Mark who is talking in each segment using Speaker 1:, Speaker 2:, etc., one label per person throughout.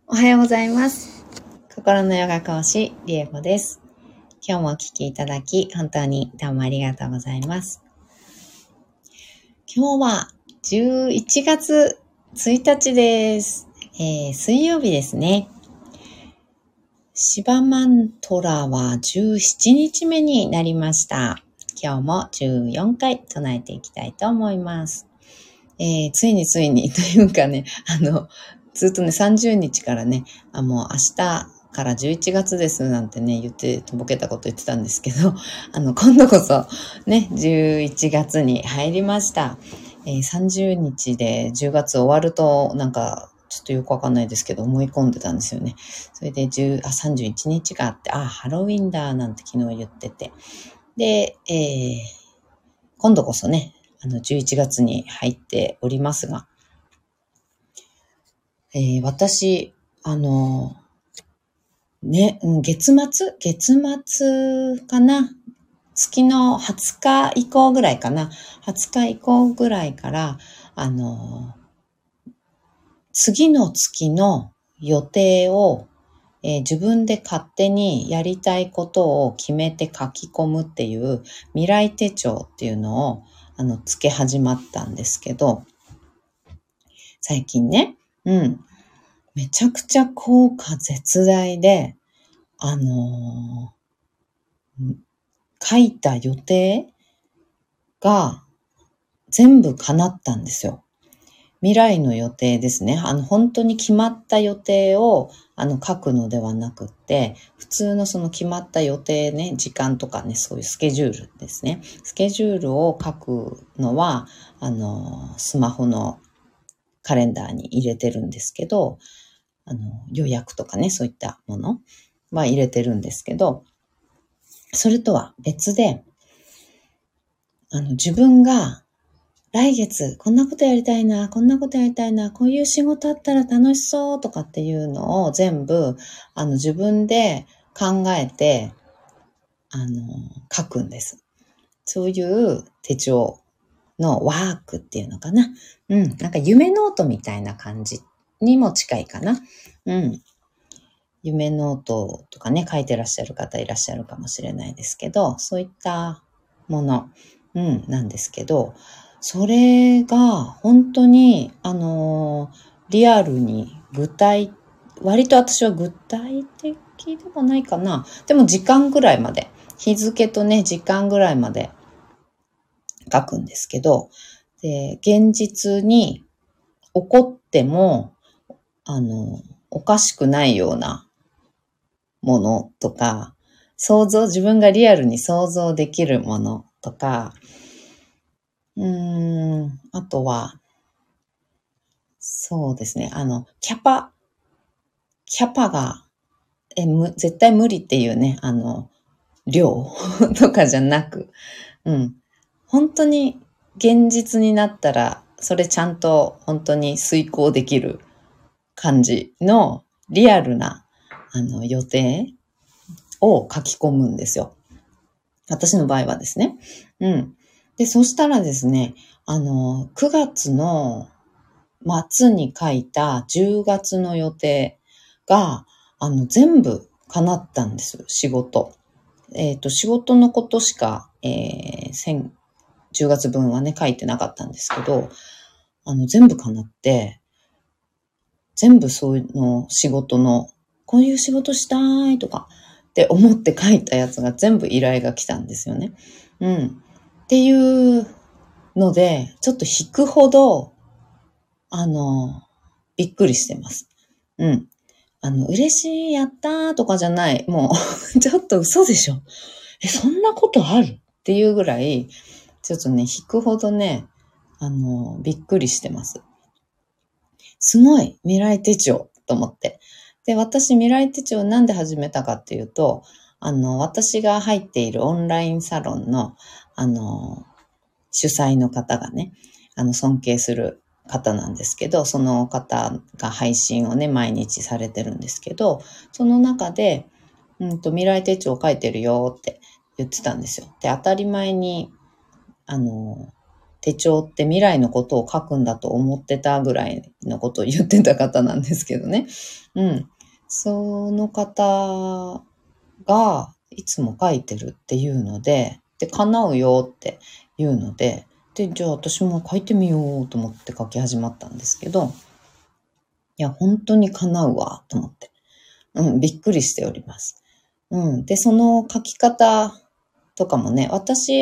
Speaker 1: おはようございます。心のヨガ講師、リエコです。今日もお聞きいただき、本当にどうもありがとうございます。今日は11月1日です。水曜日ですね。シバマントラは17日目になりました。今日も14回唱えていきたいと思います。ついにというかね、ずっとね、30日からね、もう明日から11月ですなんてね、言って、とぼけたこと言ってたんですけど、今度こそね、11月に入りました。30日で10月終わると、なんか、ちょっとよくわかんないですけど、思い込んでたんですよね。それで31日があって、ハロウィンだなんて昨日言ってて。で、今度こそね、11月に入っておりますが、私、月末かな、月の20日以降ぐらいかな、20日以降ぐらいから、次の月の予定を、自分で勝手にやりたいことを決めて書き込むっていう未来手帳っていうのを、つけ始まったんですけど、最近ね、めちゃくちゃ効果絶大で、書いた予定が全部叶ったんですよ。未来の予定ですね。本当に決まった予定を、書くのではなくって、普通のその決まった予定ね、時間とかね、そういうスケジュールですね。スケジュールを書くのは、スマホのカレンダーに入れてるんですけど、予約とかね、そういったものは入れてるんですけど、それとは別で、自分が来月こんなことやりたいな、こんなことやりたいな、こういう仕事あったら楽しそうとかっていうのを全部、自分で考えて、書くんです。そういう手帳のワークっていうのかな。なんか夢ノートみたいな感じにも近いかな。夢ノートとかね、書いてらっしゃる方いらっしゃるかもしれないですけど、そういったもの、なんですけど、それが本当に、リアルに割と私は具体的でもないかな。でも時間ぐらいまで、日付とね、時間ぐらいまで書くんですけど、で、現実に起こっても、おかしくないようなものとか、自分がリアルに想像できるものとか、あとは、そうですね、キャパが、絶対無理っていうね、量とかじゃなく、本当に現実になったら、それちゃんと本当に遂行できる感じのリアルな、予定を書き込むんですよ。私の場合はですね。で、そしたらですね、9月の末に書いた10月の予定が、全部叶ったんです、仕事。仕事のことしか、10月分はね、書いてなかったんですけど、全部叶って、全部そういうの仕事の、こういう仕事したいとかって思って書いたやつが全部依頼が来たんですよね。っていうので、ちょっと引くほど、びっくりしてます。嬉しい、やったーとかじゃない。もう、ちょっと嘘でしょ。そんなことあるっていうぐらい、ちょっとね、引くほどね、びっくりしてます。すごい未来手帳と思って。で、私未来手帳なんで始めたかっていうと、私が入っているオンラインサロンの、主催の方がね、尊敬する方なんですけど、その方が配信をね、毎日されてるんですけど、その中で、未来手帳書いてるよって言ってたんですよ。で、当たり前に、 手帳って未来のことを書くんだと思ってたぐらいのことを言ってた方なんですけどね。うん。その方がいつも書いてるっていうので、で、叶うよっていうので、で、じゃあ私も書いてみようと思って書き始まったんですけど、いや、本当に叶うわと思って。びっくりしております。で、その書き方とかもね、私、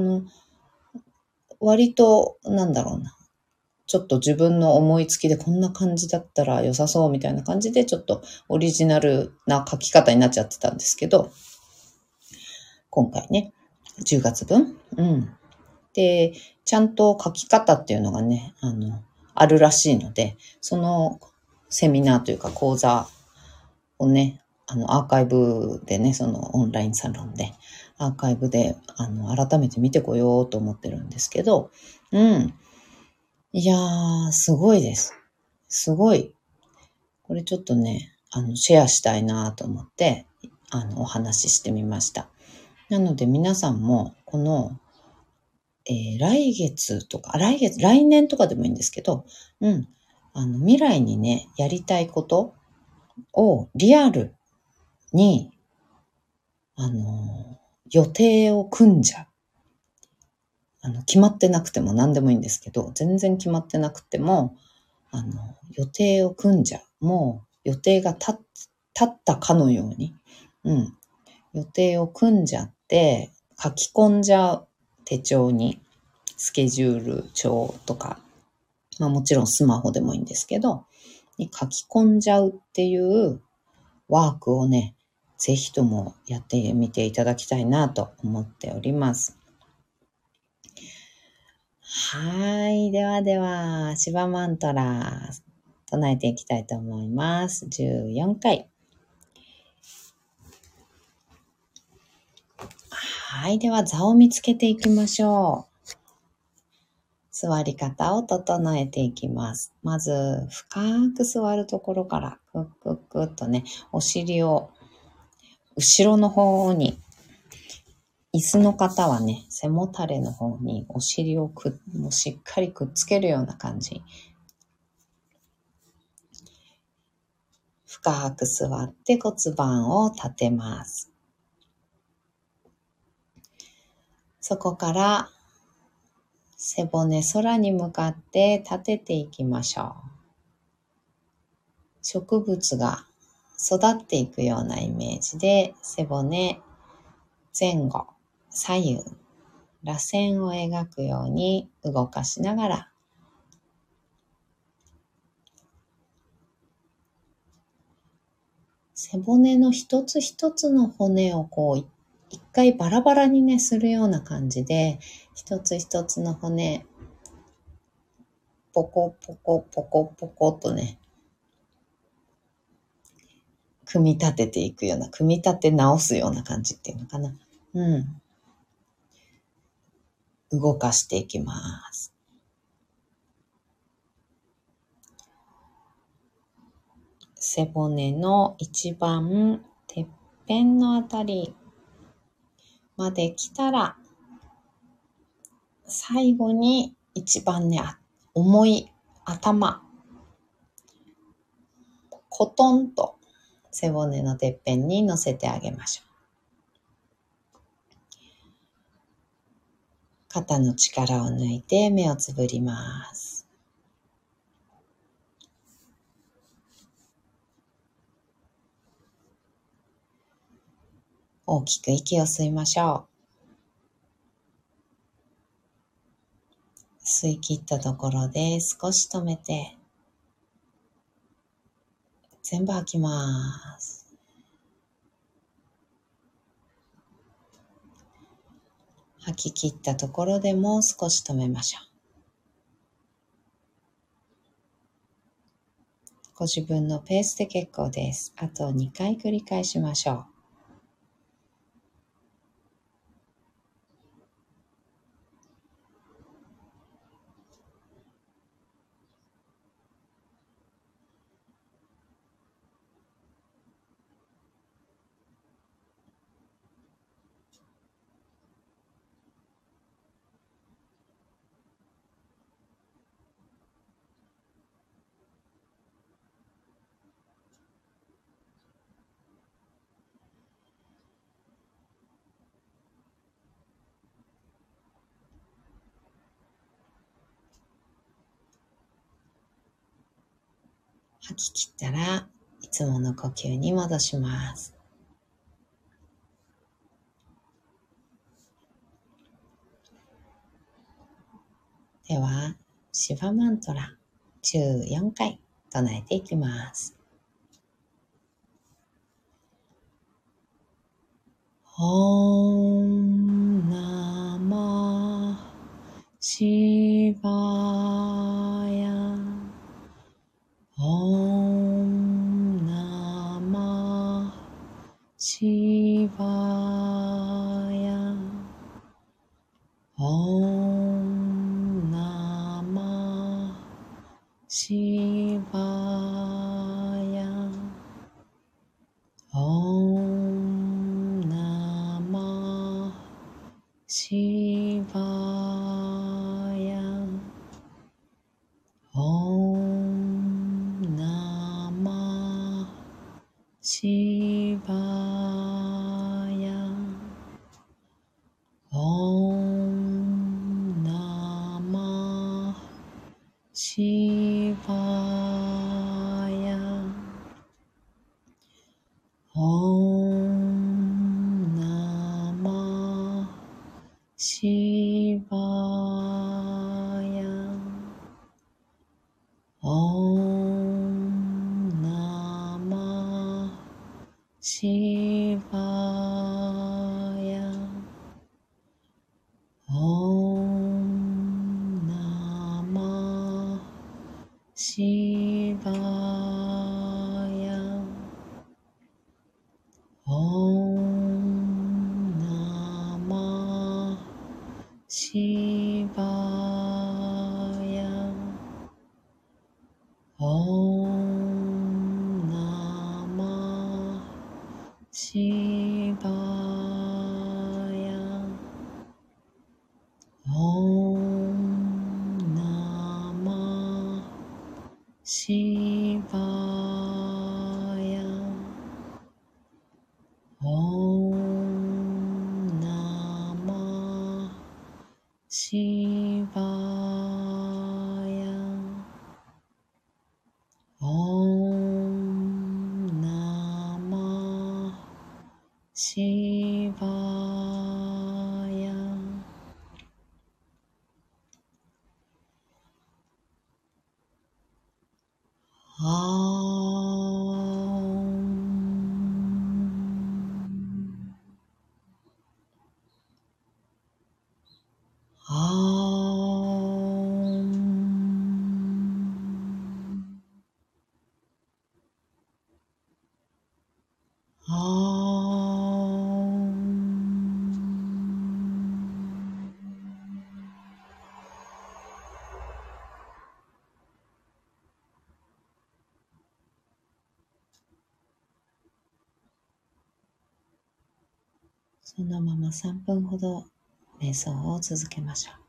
Speaker 1: 割と、なんだろうな。ちょっと自分の思いつきでこんな感じだったら良さそうみたいな感じで、ちょっとオリジナルな書き方になっちゃってたんですけど、今回ね、10月分。で、ちゃんと書き方っていうのがね、あるらしいので、そのセミナーというか講座をね、アーカイブでね、そのオンラインサロンで、アーカイブで、改めて見てこようと思ってるんですけど、いやー、すごいです。すごい。これちょっとね、シェアしたいなと思って、お話ししてみました。なので皆さんも、この、来年とかでもいいんですけど、未来にね、やりたいことをリアルに、予定を組んじゃう。決まってなくても何でもいいんですけど、全然決まってなくても、予定を組んじゃう。もう予定が立ったかのように、予定を組んじゃって、書き込んじゃう。手帳に、スケジュール帳とか、もちろんスマホでもいいんですけど、に書き込んじゃうっていうワークをね、ぜひともやってみていただきたいなと思っております。はい。ではでは、シバマントラ唱えていきたいと思います。14回。はい。では、座を見つけていきましょう。座り方を整えていきます。まず、深く座るところから、くっくっくっとね、お尻を後ろの方に、椅子の方はね、背もたれの方にお尻をもうしっかりくっつけるような感じ。深く座って骨盤を立てます。そこから背骨空に向かって立てていきましょう。植物が育っていくようなイメージで背骨前後左右螺旋を描くように動かしながら背骨の一つ一つの骨を一回バラバラにねするような感じで一つ一つの骨ポコポコポコポコとね組み立てていくような組み立て直すような感じっていうのかな。動かしていきます。背骨の一番てっぺんのあたりまで来たら、最後に一番ね、重い頭、コトンと背骨のてっぺんに乗せてあげましょう。肩の力を抜いて目をつぶります。大きく息を吸いましょう。吸い切ったところで少し止めて、全部吐きます。吐き切ったところでもう少し止めましょう。ご自分のペースで結構です。あと2回繰り返しましょう。 吐き切ったらいつもの呼吸に戻します。では、シヴァマントラ14回唱えていきます。オンナマシヴァヤ。オンナマシヴァヤ。オンナマシヴァヤ。オンナマシヴァヤ。オンナマシヴァヤ。オンナマシヴァヤ。オンナマシヴァヤ。オンナマシヴァヤ。オンナマシヴァヤ。オンナマシヴァヤ。オンナマシヴァヤ。オンナマシヴァヤ。オンナマシヴァヤ。オンナマシヴァヤ。そのまま3分ほど瞑想を続けましょう。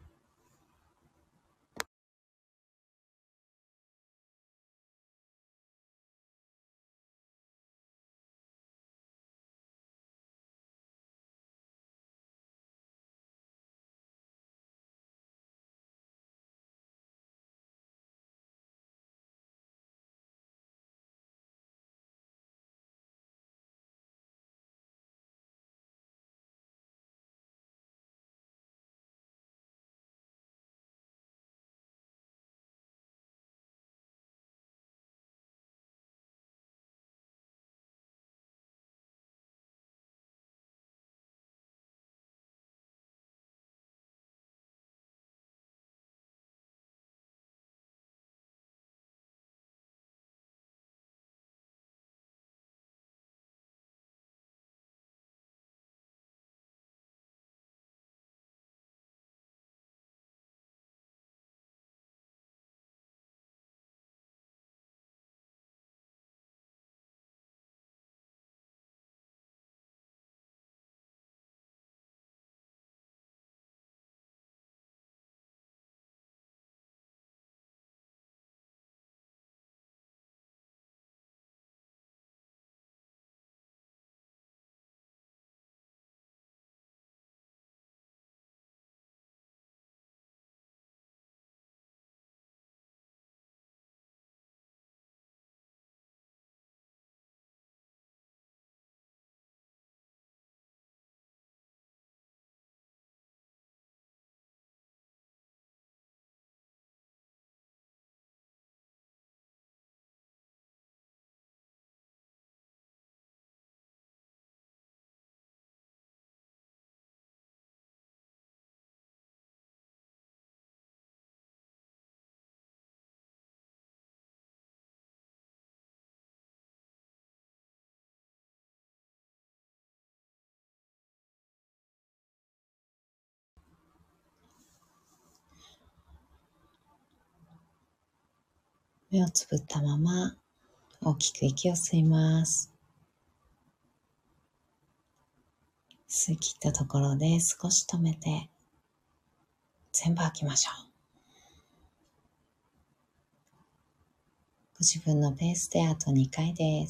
Speaker 1: 目をつぶったまま大きく息を吸います。吸い切ったところで少し止めて全部吐きましょう。ご自分のペースであと2回です。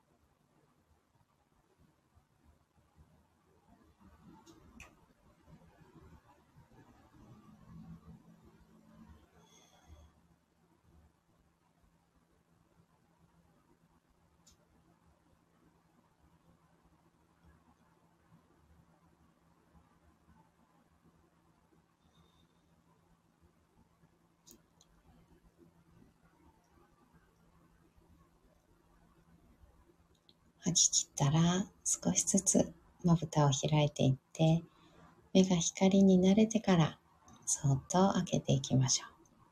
Speaker 1: 吐き切ったら少しずつまぶたを開いていって、目が光に慣れてからそっと開けていきましょう。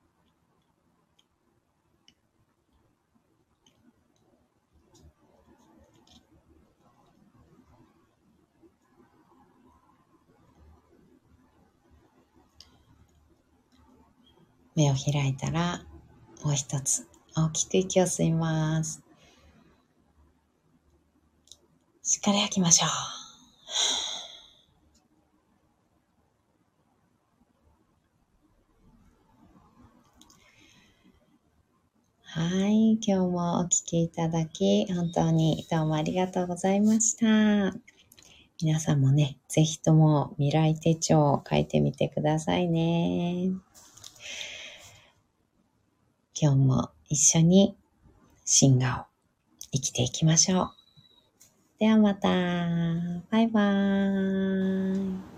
Speaker 1: 目を開いたらもう一つ大きく息を吸います。しっかり吐きましょう。はい、今日もお聞きいただき本当にどうもありがとうございました。皆さんもね、ぜひとも未来手帳を書いてみてくださいね。今日も一緒に真我を生きていきましょう。ではまた。バイバーイ。